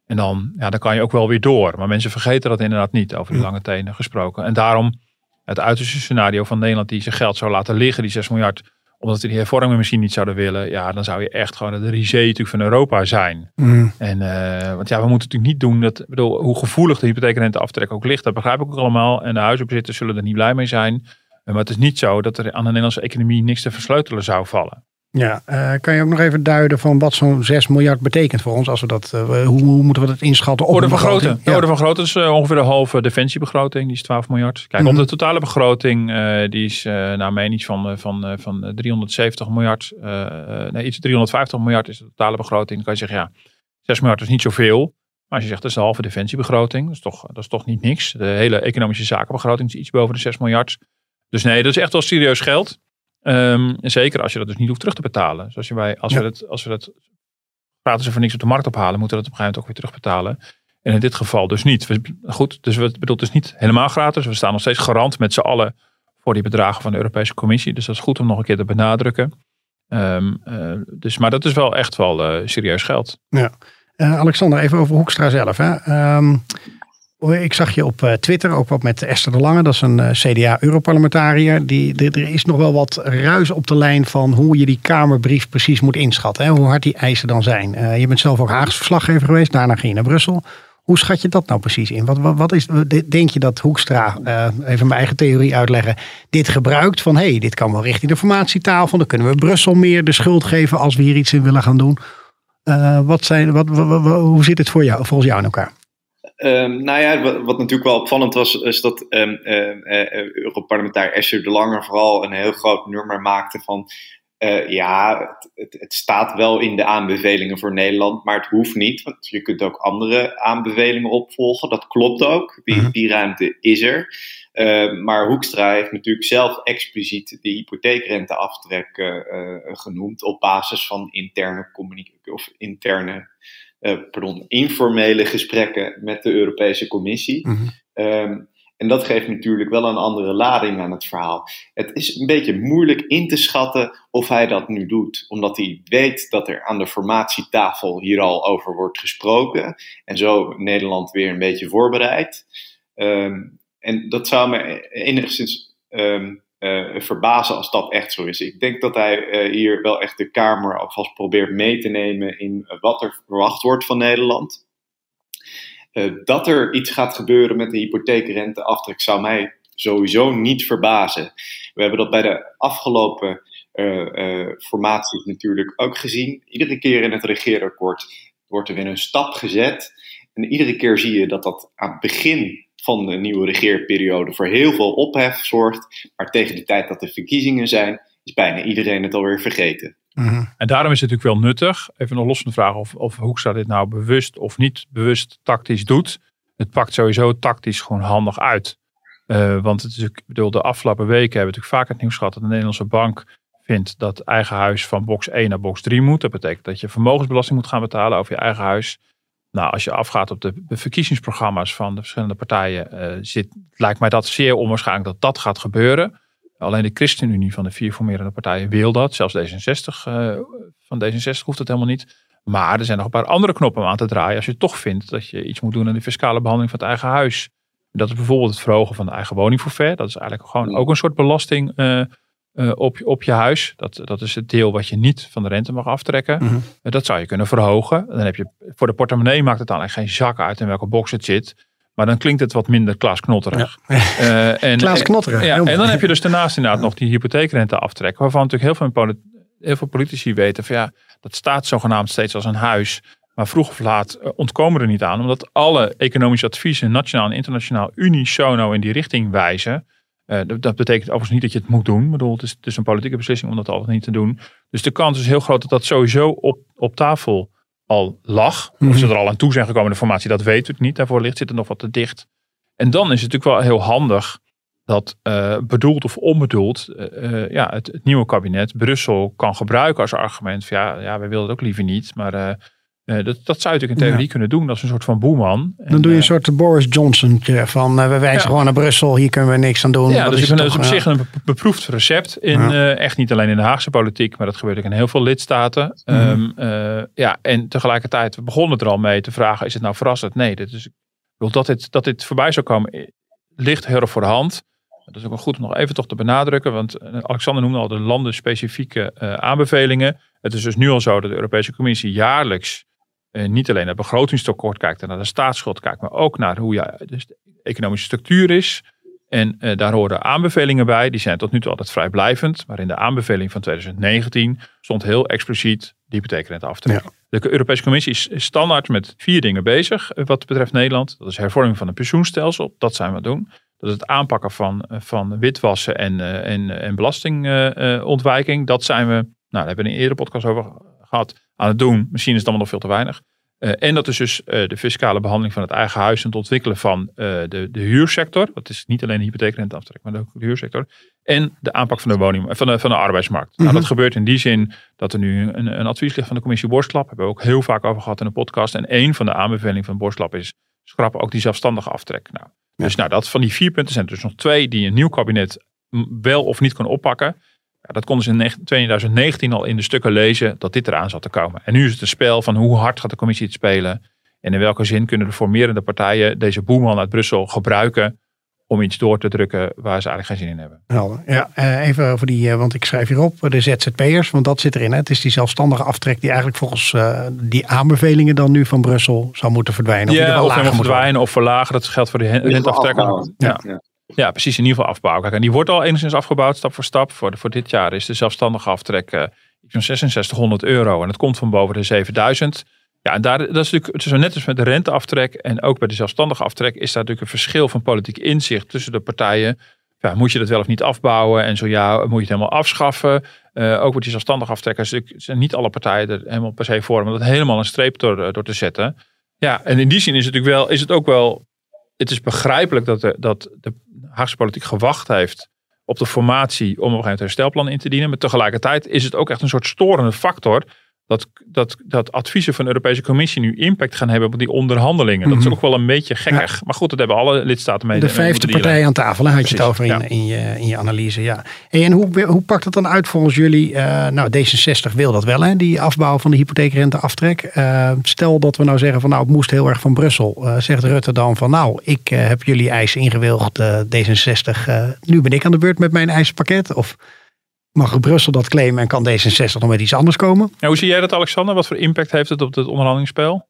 En dan, ja, dan kan je ook wel weer door. Maar mensen vergeten dat inderdaad niet, over die lange tenen gesproken. En daarom het uiterste scenario van Nederland die zijn geld zou laten liggen, die zes miljard, omdat we die hervormingen misschien niet zouden willen. Ja, dan zou je echt gewoon de risée natuurlijk van Europa zijn. Mm. En, uh, want ja, we moeten natuurlijk niet doen dat, ik bedoel, hoe gevoelig de hypotheekrenteaftrek ook ligt, dat begrijp ik ook allemaal. En de huizenbezitters zullen er niet blij mee zijn. Maar het is niet zo dat er aan de Nederlandse economie niks te versleutelen zou vallen. Ja, uh, kan je ook nog even duiden van wat zo'n zes miljard betekent voor ons? Als we dat, uh, hoe, hoe moeten we dat inschatten? Orde van grootte. Ja. Orde van grootte is uh, ongeveer de halve defensiebegroting. Die is twaalf miljard. Kijk, mm-hmm. op de totale begroting, uh, die is uh, naar mijn iets van, van, uh, van driehonderdzeventig miljard. Uh, nee, iets driehonderdvijftig miljard is de totale begroting. Dan kan je zeggen, ja, zes miljard is niet zoveel. Maar als je zegt, dat is de halve defensiebegroting. Dat is toch, dat is toch niet niks. De hele economische zakenbegroting is iets boven de zes miljard. Dus nee, dat is echt wel serieus geld. Um, en zeker als je dat dus niet hoeft terug te betalen. Zoals je bij, als, ja. we dat, als we dat praten ze voor niks op de markt ophalen, moeten we dat op een gegeven moment ook weer terugbetalen. En in dit geval dus niet. We, goed, dus we bedoelt dus niet helemaal gratis. We staan nog steeds garant met z'n allen voor die bedragen van de Europese Commissie. Dus dat is goed om nog een keer te benadrukken. Um, uh, dus, maar dat is wel echt wel uh, serieus geld. Ja. Uh, Alexander, even over Hoekstra zelf. Hè. Um, Ik zag je op Twitter ook wat met Esther de Lange. Dat is een C D A-Europarlementariër. Die, er is nog wel wat ruis op de lijn van hoe je die Kamerbrief precies moet inschatten. Hè? Hoe hard die eisen dan zijn. Uh, je bent zelf ook Haagse verslaggever geweest. Daarna ging je naar Brussel. Hoe schat je dat nou precies in? Wat, wat, wat is, denk je dat Hoekstra, uh, even mijn eigen theorie uitleggen, dit gebruikt van hé, hey, dit kan wel richting de formatietafel. Dan kunnen we Brussel meer de schuld geven als we hier iets in willen gaan doen. Uh, wat zijn, wat, wat, wat, hoe zit het voor jou, volgens jou in elkaar? Um, nou ja, wat, wat natuurlijk wel opvallend was, is dat um, uh, uh, Europarlementariër Esther de Lange vooral een heel groot nummer maakte van, uh, ja, het, het, het staat wel in de aanbevelingen voor Nederland, maar het hoeft niet, want je kunt ook andere aanbevelingen opvolgen. Dat klopt ook, die, die ruimte is er. Uh, maar Hoekstra heeft natuurlijk zelf expliciet de hypotheekrenteaftrek uh, uh, genoemd op basis van interne communicatie of interne Uh, pardon, informele gesprekken met de Europese Commissie. Mm-hmm. Um, en dat geeft natuurlijk wel een andere lading aan het verhaal. Het is een beetje moeilijk in te schatten of hij dat nu doet. Omdat hij weet dat er aan de formatietafel hier al over wordt gesproken. En zo Nederland weer een beetje voorbereidt. Um, en dat zou me enigszins Um, Uh, verbazen als dat echt zo is. Ik denk dat hij uh, hier wel echt de Kamer alvast probeert mee te nemen in uh, wat er verwacht wordt van Nederland. Uh, dat er iets gaat gebeuren met de hypotheekrenteaftrek zou mij sowieso niet verbazen. We hebben dat bij de afgelopen uh, uh, formaties natuurlijk ook gezien. Iedere keer in het regeerakkoord wordt er weer een stap gezet. En iedere keer zie je dat dat aan het begin van de nieuwe regeerperiode voor heel veel ophef zorgt. Maar tegen de tijd dat de verkiezingen zijn, is bijna iedereen het alweer vergeten. Mm-hmm. En daarom is het natuurlijk wel nuttig, even nog los van de vraag of, of Hoekstra dit nou bewust of niet bewust tactisch doet. Het pakt sowieso tactisch gewoon handig uit. Uh, want het is, ik bedoel, de afgelopen weken hebben we natuurlijk vaak het nieuws gehad dat de Nederlandse bank vindt dat eigen huis van box één naar box drie moet. Dat betekent dat je vermogensbelasting moet gaan betalen over je eigen huis. Nou, als je afgaat op de verkiezingsprogramma's van de verschillende partijen, uh, zit, lijkt mij dat zeer onwaarschijnlijk dat dat gaat gebeuren. Alleen de ChristenUnie van de vier formerende partijen wil dat. Zelfs D zesenzestig, uh, van D zesenzestig hoeft het helemaal niet. Maar er zijn nog een paar andere knoppen om aan te draaien als je toch vindt dat je iets moet doen aan de fiscale behandeling van het eigen huis. Dat is bijvoorbeeld het verhogen van de eigen woningforfait. Dat is eigenlijk gewoon ook een soort belasting uh, uh, op, op je huis. Dat, dat is het deel wat je niet van de rente mag aftrekken. Mm-hmm. Uh, dat zou je kunnen verhogen. Dan heb je, voor de portemonnee maakt het dan eigenlijk geen zak uit in welke box het zit. Maar dan klinkt het wat minder Klaas Knotterig. Ja. Uh, en, Klaas Knotterig. Ja, en dan heb je dus daarnaast inderdaad nog die hypotheekrente aftrek. Waarvan natuurlijk heel veel, heel veel politici weten van ja, dat staat zogenaamd steeds als een huis. Maar vroeg of laat uh, ontkomen er niet aan. Omdat alle economische adviezen, nationaal en internationaal, unisono in die richting wijzen. Uh, dat betekent overigens niet dat je het moet doen. Ik bedoel, het is, het is een politieke beslissing om dat altijd niet te doen. Dus de kans is heel groot dat dat sowieso op, op tafel al lag. Mm-hmm. Of ze er al aan toe zijn gekomen, de formatie, dat weet ik niet. Daarvoor ligt zit er nog wat te dicht. En dan is het natuurlijk wel heel handig dat uh, bedoeld of onbedoeld uh, ja, het, het nieuwe kabinet Brussel kan gebruiken als argument van ja, ja wij willen het ook liever niet. Maar uh, Uh, dat, dat zou je natuurlijk in theorie ja. kunnen doen als een soort van boeman. Dan en, doe je een soort uh, Boris Johnson van uh, we wijzen ja. gewoon naar Brussel, hier kunnen we niks aan doen. Ja, dat dus is dat toch, is op uh, zich een beproefd recept. In, ja. uh, echt niet alleen in de Haagse politiek, maar dat gebeurt ook in heel veel lidstaten. Mm. Um, uh, ja, en tegelijkertijd, we begonnen er al mee te vragen, is het nou verrassend? Nee, dit is, ik bedoel, dat, dit, dat dit voorbij zou komen, ligt heel erg voor de hand. Dat is ook wel goed om nog even toch te benadrukken, want Alexander noemde al de landenspecifieke uh, aanbevelingen. Het is dus nu al zo dat de Europese Commissie jaarlijks uh, niet alleen naar begrotingstekort kijkt en naar de staatsschuld kijkt, maar ook naar hoe ja, dus de economische structuur is. En uh, daar horen aanbevelingen bij. Die zijn tot nu toe altijd vrijblijvend. Maar in de aanbeveling van twintig negentien stond heel expliciet de hypotheekrenteaftrek. Ja. De Europese Commissie is standaard met vier dingen bezig wat betreft Nederland. Dat is hervorming van het pensioenstelsel. Dat zijn we aan het doen. Dat is het aanpakken van, van witwassen en, uh, en, en belastingontwijking. Uh, dat zijn we, nou daar hebben we in een eerdere podcast over gehad, aan het doen. Misschien is het allemaal nog veel te weinig. Uh, en dat is dus uh, de fiscale behandeling van het eigen huis en het ontwikkelen van uh, de, de huursector. Dat is niet alleen de hypotheekrenteaftrek, maar ook de huursector. En de aanpak van de, woning, van de, van de arbeidsmarkt. Mm-hmm. Nou, dat gebeurt in die zin dat er nu een, een advies ligt van de commissie Borstlab. Hebben we ook heel vaak over gehad in de podcast. En één van de aanbevelingen van Borstlab is schrappen ook die zelfstandige aftrek. Nou, ja. Dus nou, dat van die vier punten zijn er dus nog twee die een nieuw kabinet wel of niet kon oppakken. Ja, dat konden ze in twintig negentien al in de stukken lezen dat dit eraan zat te komen. En nu is het een spel van hoe hard gaat de commissie het spelen. En in welke zin kunnen de formerende partijen deze boeman uit Brussel gebruiken om iets door te drukken waar ze eigenlijk geen zin in hebben. Helder. Ja, even over die, want ik schrijf hierop, de Z Z P'ers, want dat zit erin. Hè? Het is die zelfstandige aftrek die eigenlijk volgens uh, die aanbevelingen dan nu van Brussel zou moeten verdwijnen. Ja, of, of helemaal verdwijnen of verlagen. Dat geldt voor de renteaftrekken. Ja. Ja. Ja, precies. In ieder geval afbouwen. En die wordt al enigszins afgebouwd, stap voor stap. Voor, de, voor dit jaar is de zelfstandige aftrek uh, zo'n zesenzestighonderd euro. En dat komt van boven de zevenduizend. Ja, en daar, dat is natuurlijk, het is zo net als met de renteaftrek en ook bij de zelfstandige aftrek is daar natuurlijk een verschil van politiek inzicht tussen de partijen. Ja, moet je dat wel of niet afbouwen? En zo ja, moet je het helemaal afschaffen? Uh, ook met die zelfstandige aftrekkers zijn niet alle partijen er helemaal per se voor om dat helemaal een streep door, door te zetten. Ja, en in die zin is het natuurlijk wel, is het ook wel, het is begrijpelijk dat de, dat de Haagse politiek gewacht heeft op de formatie om op een gegeven moment een herstelplan in te dienen. Maar tegelijkertijd is het ook echt een soort storende factor dat, dat, dat adviezen van de Europese Commissie nu impact gaan hebben op die onderhandelingen. Mm-hmm. Dat is ook wel een beetje gekkig. Ja. Maar goed, dat hebben alle lidstaten mee. De vijfde partij aan tafel, hè, had je het over in, ja. in, je, in je analyse. Ja. En hoe, hoe pakt het dan uit volgens jullie? Uh, nou, D zesenzestig wil dat wel, hè, die afbouw van de hypotheekrenteaftrek. Uh, stel dat we nou zeggen van nou, het moest heel erg van Brussel. Uh, zegt Rutte dan van nou, ik uh, heb jullie eisen ingewilligd, uh, D zesenzestig. Uh, nu ben ik aan de beurt met mijn eisenpakket. Of mag Brussel dat claimen en kan D zesenzestig nog met iets anders komen? Ja, hoe zie jij dat, Alexander? Wat voor impact heeft het op het onderhandelingsspel?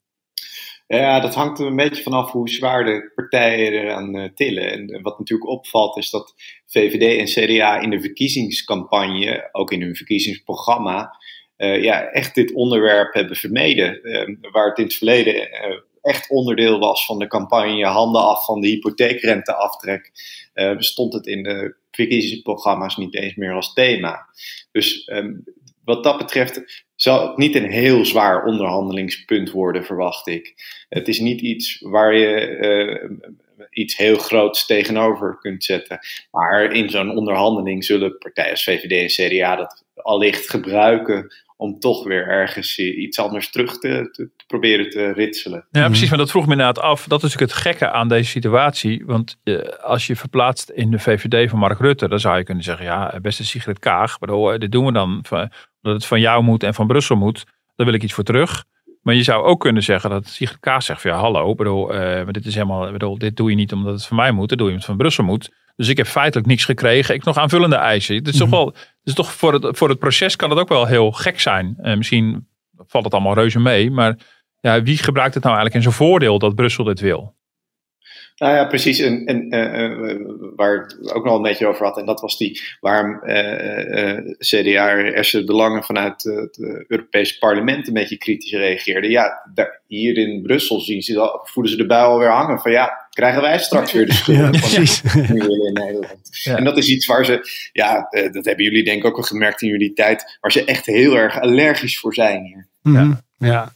Ja, dat hangt er een beetje vanaf hoe zwaar de partijen eraan uh, tillen. En wat natuurlijk opvalt is dat V V D en C D A in de verkiezingscampagne, ook in hun verkiezingsprogramma, uh, ja, echt dit onderwerp hebben vermeden. Uh, waar het in het verleden uh, echt onderdeel was van de campagne, handen af van de hypotheekrenteaftrek, uh, bestond het in de verkiezingsprogramma's niet eens meer als thema. Dus um, wat dat betreft zal het niet een heel zwaar onderhandelingspunt worden, verwacht ik. Het is niet iets waar je uh, iets heel groots tegenover kunt zetten. Maar in zo'n onderhandeling zullen partijen als V V D en C D A dat allicht gebruiken om toch weer ergens iets anders terug te, te, te proberen te ritselen. Ja, precies. Maar dat vroeg me inderdaad af. Dat is natuurlijk het gekke aan deze situatie. Want uh, als je verplaatst in de V V D van Mark Rutte, dan zou je kunnen zeggen, ja, beste Sigrid Kaag, bedoel, dit doen we dan van, dat het van jou moet en van Brussel moet. Daar wil ik iets voor terug. Maar je zou ook kunnen zeggen dat Sigrid Kaag zegt van ja, hallo, bedoel, uh, maar dit is helemaal, bedoel, dit doe je niet omdat het van mij moet, dat doe je omdat het van Brussel moet. Dus ik heb feitelijk niks gekregen. Ik nog aanvullende eisen. Het is mm-hmm. toch wel, het is toch voor het, voor het proces kan het ook wel heel gek zijn. Uh, misschien valt het allemaal reuze mee. Maar ja, wie gebruikt het nou eigenlijk in zijn voordeel dat Brussel dit wil? Nou ja, precies. En, en uh, waar het ook nog een beetje over had. En dat was die waarom uh, uh, C D A R S Belangen vanuit uh, het Europese parlement een beetje kritisch reageerden. Ja, daar, hier in Brussel zien ze dat, voelen ze de bui alweer hangen. Van ja, krijgen wij straks weer de schuld ja, van nu willen in Nederland. Ja. En dat is iets waar ze, ja, uh, dat hebben jullie denk ik ook wel gemerkt in jullie tijd, waar ze echt heel erg allergisch voor zijn hier. Mm-hmm. Ja. ja.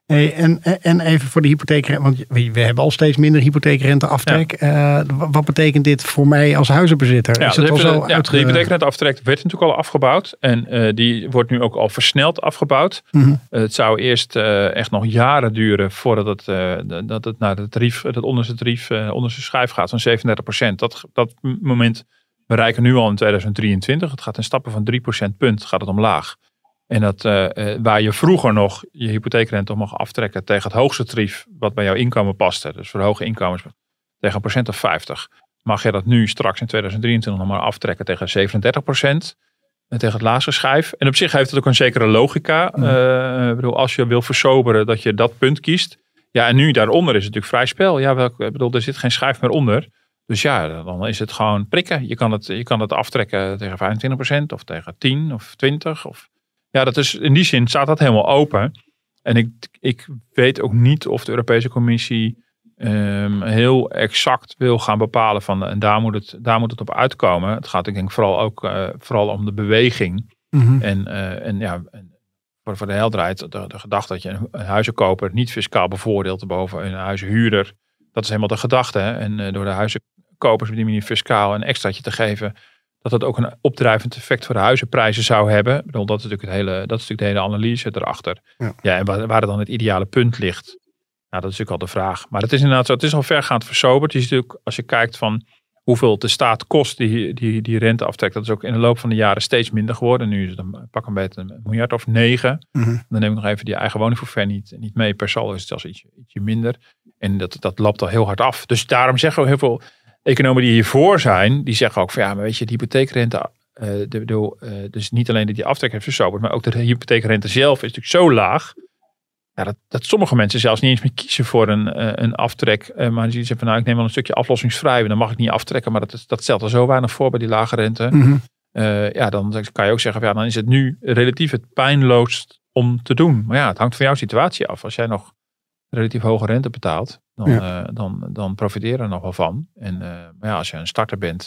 Hey, en, en even voor de hypotheekrente, want we, we hebben al steeds minder hypotheekrenteaftrek. Ja. Uh, wat betekent dit voor mij als huizenbezitter? Ja, Is het al zo de, ja, uitge... de hypotheekrenteaftrek werd natuurlijk al afgebouwd. En uh, die wordt nu ook al versneld afgebouwd. Mm-hmm. Uh, het zou eerst uh, echt nog jaren duren voordat het, uh, dat het naar het tarief, het onderste tarief, uh, onderste schijf gaat van zevenendertig procent. Dat, dat moment bereiken we nu al in tweeduizend drieëntwintig. Het gaat in stappen van drie procentpunt gaat het omlaag. En dat uh, waar je vroeger nog je hypotheekrente mag aftrekken tegen het hoogste tarief wat bij jouw inkomen paste. Dus voor de hoge inkomens tegen een procent of vijftig. Mag je dat nu straks in tweeduizend drieëntwintig nog maar aftrekken tegen zevenendertig procent. En tegen het laagste schijf. En op zich heeft het ook een zekere logica. Mm. Uh, ik bedoel, als je wil versoberen dat je dat punt kiest. Ja, en nu daaronder is het natuurlijk vrij spel. Ja, wel, ik bedoel, er zit geen schijf meer onder. Dus ja, dan is het gewoon prikken. Je kan het, je kan het aftrekken tegen vijfentwintig procent of tegen tien of twintig of... Ja, dat is, in die zin staat dat helemaal open. En ik, ik weet ook niet of de Europese Commissie um, heel exact wil gaan bepalen van en daar moet het, daar moet het op uitkomen. Het gaat ik denk vooral ook uh, vooral om de beweging. Mm-hmm. En, uh, en ja, voor, voor de helderheid, de, de gedachte dat je een, een huizenkoper niet fiscaal bevoordeelt boven een huizenhuurder. Dat is helemaal de gedachte. Hè? En uh, door de huizenkopers op die manier fiscaal een extraatje te geven, dat het ook een opdrijvend effect voor de huizenprijzen zou hebben. Ik bedoel, dat is natuurlijk, het hele, dat is natuurlijk de hele analyse erachter. Ja, ja en waar, waar het dan het ideale punt ligt. Nou, dat is natuurlijk al de vraag. Maar het is inderdaad zo, het is al vergaand versoberd. Je ziet natuurlijk, als je kijkt van hoeveel de staat kost die, die, die renteaftrek, dat is ook in de loop van de jaren steeds minder geworden. Nu is het een, pak een beetje een miljard of negen. Mm-hmm. Dan neem ik nog even die eigen woningforfait niet, niet mee. Per saldo is het zelfs ietsje, ietsje minder. En dat, dat loopt al heel hard af. Dus daarom zeggen we heel veel economen die hiervoor zijn, die zeggen ook van ja, maar weet je, de hypotheekrente, uh, de, de, uh, dus niet alleen dat die aftrek heeft versoberd, maar ook de hypotheekrente zelf is natuurlijk zo laag, ja, dat, dat sommige mensen zelfs niet eens meer kiezen voor een, uh, een aftrek. Uh, maar die zeggen van nou, ik neem wel een stukje aflossingsvrij, dan mag ik niet aftrekken, maar dat, dat stelt er zo weinig voor bij die lage rente. Mm-hmm. Uh, ja, dan kan je ook zeggen van ja, dan is het nu relatief het pijnloosst om te doen. Maar ja, het hangt van jouw situatie af. Als jij nog relatief hoge rente betaalt, dan, ja. uh, dan, dan profiteer je er nog wel van. En uh, maar ja, als je een starter bent,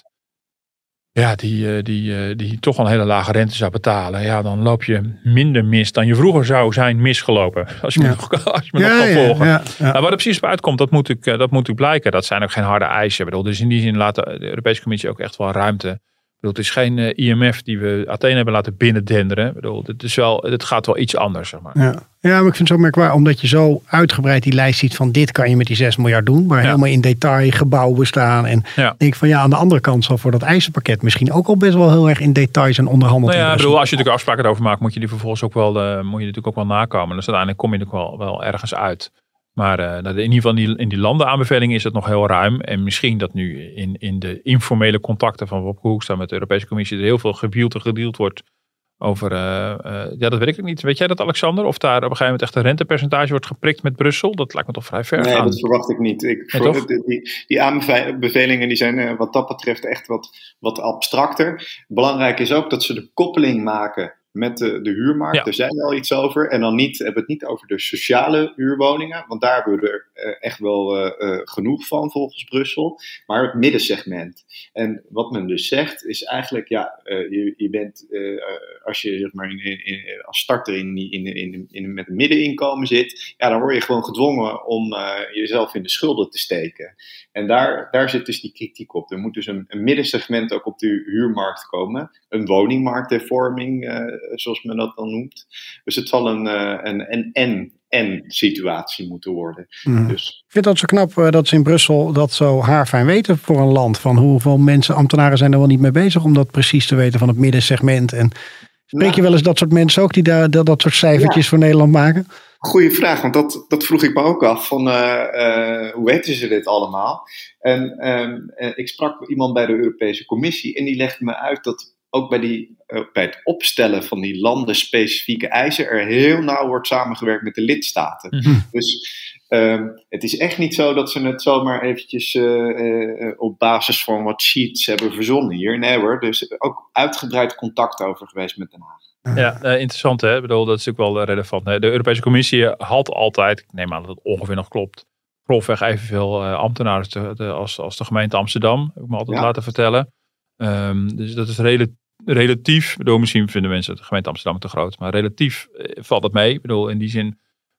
ja, die, uh, die, uh, die toch al een hele lage rente zou betalen, ja, dan loop je minder mis dan je vroeger zou zijn misgelopen. Als je ja. me nog, als je me ja, nog kan ja, volgen. Ja, ja. Maar wat er precies op uitkomt, dat moet, ik, dat moet natuurlijk blijken. Dat zijn ook geen harde eisen. Ik bedoel, dus in die zin laat de Europese Commissie ook echt wel ruimte. Ik bedoel, het is geen uh, I M F die we Athene hebben laten binnendenderen. Ik bedoel, het, is wel, het gaat wel iets anders, zeg maar. Ja. ja, maar ik vind het zo merkwaardig, omdat je zo uitgebreid die lijst ziet van dit kan je met die zes miljard doen. Waar ja. helemaal in detail gebouwen staan. En ja. denk van ja, aan de andere kant zal voor dat eisenpakket misschien ook al best wel heel erg in detail zijn onderhandeld. Nou ja, ik bedoel, als je natuurlijk afspraken erover maakt, moet je die vervolgens ook wel, uh, moet je natuurlijk ook wel nakomen. Dus uiteindelijk kom je er wel, wel ergens uit. Maar uh, in ieder geval in die, in die landenaanbeveling is het nog heel ruim. En misschien dat nu in, in de informele contacten van Wopke Hoekstra met de Europese Commissie er heel veel gewield en gedeeld wordt over, uh, uh, ja, dat weet ik niet. Weet jij dat, Alexander? Of daar op een gegeven moment echt een rentepercentage wordt geprikt met Brussel? Dat lijkt me toch vrij ver Nee, gaan. dat verwacht ik niet. Ik, nee, voor, die, die aanbevelingen die zijn uh, wat dat betreft echt wat, wat abstracter. Belangrijk is ook dat ze de koppeling maken met de, de huurmarkt. Ja. Daar zei je al iets over. En dan niet, hebben we het niet over de sociale huurwoningen. Want daar hebben we er uh, echt wel uh, uh, genoeg van volgens Brussel. Maar het middensegment. En wat men dus zegt is eigenlijk, ja, uh, je, je bent, uh, als je zeg maar in, in, in, als starter in, in, in, in, in, met een middeninkomen zit, ja, dan word je gewoon gedwongen om uh, jezelf in de schulden te steken. En daar, daar zit dus die kritiek op. Er moet dus een, een middensegment ook op de huurmarkt komen. Een woningmarkthervorming, uh, zoals men dat dan noemt. Dus het zal een en en en situatie moeten worden. Mm. Dus. Ik vind dat zo knap uh, dat ze in Brussel dat zo haarfijn weten voor een land. Van hoeveel mensen, ambtenaren zijn er wel niet mee bezig om dat precies te weten van het middensegment. En spreek nou, je wel eens dat soort mensen ook die daar dat, dat soort cijfertjes ja. voor Nederland maken? Goeie vraag, want dat, dat vroeg ik me ook af. Van, uh, uh, hoe weten ze dit allemaal? En um, uh, ik sprak iemand bij de Europese Commissie en die legde me uit dat ook bij, die, uh, bij het opstellen van die landenspecifieke eisen er heel nauw wordt samengewerkt met de lidstaten. Mm-hmm. Dus um, het is echt niet zo dat ze het zomaar eventjes uh, uh, op basis van wat sheets hebben verzonnen hier. Nee hoor, er is ook uitgebreid contact over geweest met Den Haag. Ja, uh, interessant hè. Ik bedoel, dat is natuurlijk wel relevant. De Europese Commissie had altijd, ik neem aan dat het ongeveer nog klopt, grofweg evenveel uh, ambtenaren te, de, als, als de gemeente Amsterdam. Heb ik me altijd ja. laten vertellen. Um, dus dat is rel- relatief, bedoel, misschien vinden mensen de gemeente Amsterdam te groot, maar relatief uh, valt het mee. Ik bedoel, in die zin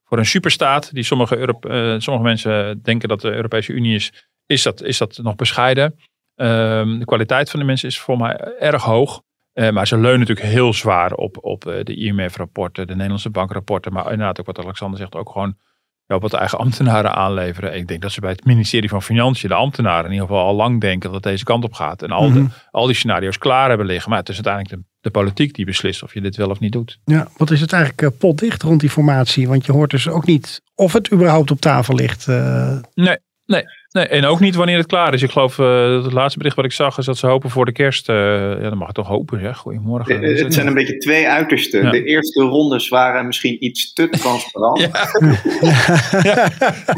voor een superstaat, die sommige, Europe, uh, sommige mensen denken dat de Europese Unie is, is dat, is dat nog bescheiden. Um, de kwaliteit van de mensen is voor mij erg hoog. Uh, maar ze leunen natuurlijk heel zwaar op, op uh, de I M F-rapporten, de Nederlandse bankrapporten. Maar inderdaad ook wat Alexander zegt, ook gewoon ja, op wat de eigen ambtenaren aanleveren. Ik denk dat ze bij het ministerie van Financiën, de ambtenaren in ieder geval al lang denken dat deze kant op gaat. En al, mm-hmm. de, al die scenario's klaar hebben liggen. Maar het is uiteindelijk de, de politiek die beslist of je dit wel of niet doet. Ja, wat is het eigenlijk uh, potdicht rond die formatie? Want je hoort dus ook niet of het überhaupt op tafel ligt. Uh... Nee, nee. Nee, en ook niet wanneer het klaar is. Ik geloof, uh, het laatste bericht wat ik zag is dat ze hopen voor de kerst. Uh, ja, dan mag ik toch hopen, zeg. Goedemorgen. Het, het zijn een beetje twee uitersten. Ja. De eerste rondes waren misschien iets te transparant. Ja. Ja.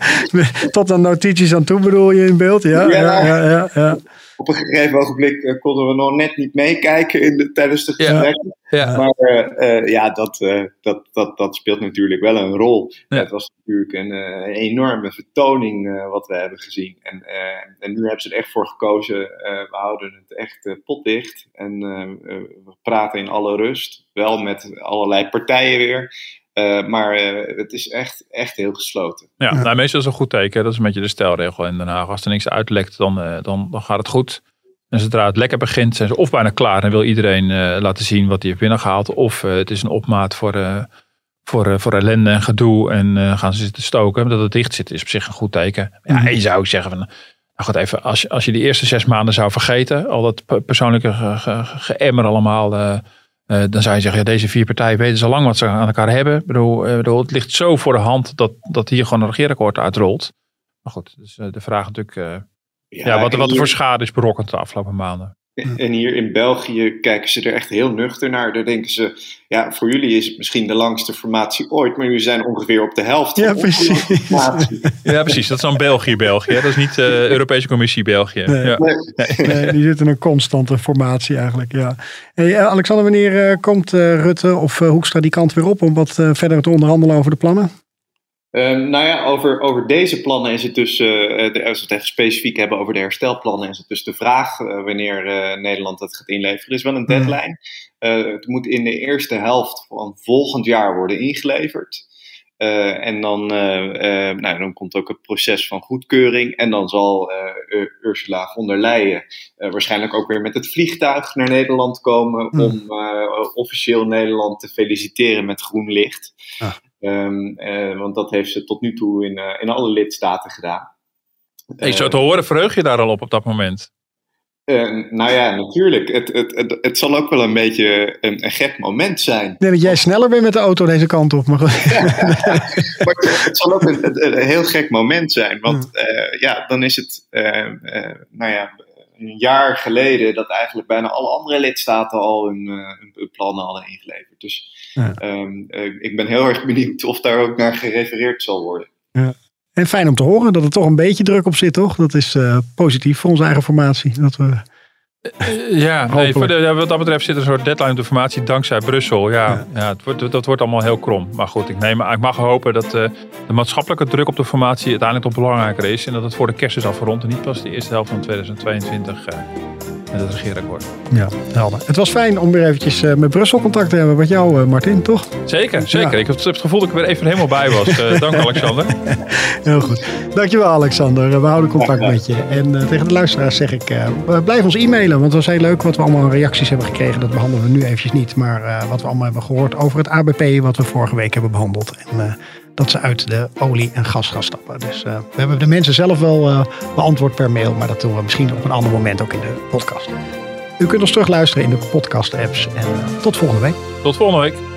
Tot aan notities aan toe bedoel je in beeld. Ja, ja. ja, ja, ja, ja. Op een gegeven ogenblik uh, konden we nog net niet meekijken in de, tijdens de gesprekken. Ja. Ja. Maar uh, uh, ja, dat, uh, dat, dat, dat speelt natuurlijk wel een rol. Ja. Het was natuurlijk een uh, enorme vertoning uh, wat we hebben gezien. En, uh, en nu hebben ze er echt voor gekozen. Uh, we houden het echt uh, potdicht. En uh, uh, we praten in alle rust. Wel met allerlei partijen weer. Uh, maar uh, het is echt, echt heel gesloten. Ja, nou, meestal is dat een goed teken. Dat is een beetje de stelregel in Den Haag. Als er niks uitlekt, dan, uh, dan, dan gaat het goed. En zodra het lekker begint, zijn ze of bijna klaar. En wil iedereen uh, laten zien wat hij heeft binnengehaald. Of uh, het is een opmaat voor, uh, voor, uh, voor ellende en gedoe. En uh, gaan ze zitten stoken. Dat het dicht zit is op zich een goed teken. Ja, je zou zeggen van... Nou goed, even, als, als je die eerste zes maanden zou vergeten. Al dat persoonlijke ge, ge, geëmmer allemaal... Uh, Uh, dan zou je zeggen, ja, deze vier partijen weten zo lang wat ze aan elkaar hebben. Ik bedoel, uh, bedoel, het ligt zo voor de hand dat, dat hier gewoon een regeerakkoord uitrolt. Maar goed, dus uh, de vraag natuurlijk uh, ja, ja, wat, wat er voor schade is berokkend de afgelopen maanden. En hier in België kijken ze er echt heel nuchter naar. Daar denken ze, ja, voor jullie is het misschien de langste formatie ooit, maar jullie zijn ongeveer op de helft. Ja, precies. Ja, precies. Dat is dan België, België. Dat is niet de uh, Europese Commissie België. Nee, ja. nee. nee, die zitten in een constante formatie eigenlijk, ja. Hey, Alexander, wanneer uh, komt uh, Rutte of uh, Hoekstra die kant weer op om wat uh, verder te onderhandelen over de plannen? Uh, nou ja, over, over deze plannen is het dus, uh, als we het even specifiek hebben over de herstelplannen, is het dus de vraag uh, wanneer uh, Nederland het gaat inleveren. Er is wel een deadline. Uh, het moet in de eerste helft van volgend jaar worden ingeleverd. Uh, en dan, uh, uh, nou, dan komt ook het proces van goedkeuring. En dan zal uh, Ursula von der Leyen uh, waarschijnlijk ook weer met het vliegtuig naar Nederland komen mm. om uh, officieel Nederland te feliciteren met groen licht. Ah. Um, uh, want dat heeft ze tot nu toe in, uh, in alle lidstaten gedaan. Ik zou te horen, verheug je daar al op op dat moment? Uh, nou ja, natuurlijk. Het, het, het, het zal ook wel een beetje een, een gek moment zijn. Ik denk dat jij sneller bent met de auto deze kant op. Maar, ja, maar het, het zal ook een, een, een heel gek moment zijn. Want uh, ja, dan is het uh, uh, nou ja, een jaar geleden dat eigenlijk bijna alle andere lidstaten al hun, uh, hun plannen hadden ingeleverd. Dus ja. um, uh, ik ben heel erg benieuwd of daar ook naar gerefereerd zal worden. Ja. En fijn om te horen dat er toch een beetje druk op zit, toch? Dat is uh, positief voor onze eigen formatie. Dat we uh, ja, nee, voor de, wat dat betreft zit er een soort deadline op de formatie dankzij Brussel. Ja, ja. ja het wordt, dat wordt allemaal heel krom. Maar goed, ik, neem, ik mag hopen dat uh, de maatschappelijke druk op de formatie uiteindelijk toch belangrijker is. En dat het voor de kerst is afgerond en niet pas de eerste helft van tweeduizend tweeëntwintig uh, met het regeerakkoord. Ja, helder. Het was fijn om weer eventjes uh, met Brussel contact te hebben met jou, uh, Martin, toch? Zeker, zeker. Ja. Ik heb het gevoel dat ik er weer even helemaal bij was. Uh, dank Alexander. Heel goed. Dankjewel Alexander. Uh, we houden contact met je. En uh, tegen de luisteraars zeg ik, uh, blijf ons e-mailen. Want het was heel leuk wat we allemaal reacties hebben gekregen. Dat behandelen we nu eventjes niet. Maar uh, wat we allemaal hebben gehoord over het A B P wat we vorige week hebben behandeld. En uh, dat ze uit de olie- en gas gaan stappen. Dus uh, we hebben de mensen zelf wel uh, beantwoord per mail. Maar dat doen we misschien op een ander moment ook in de podcast. U kunt ons terugluisteren in de podcast apps. En uh, tot volgende week. Tot volgende week.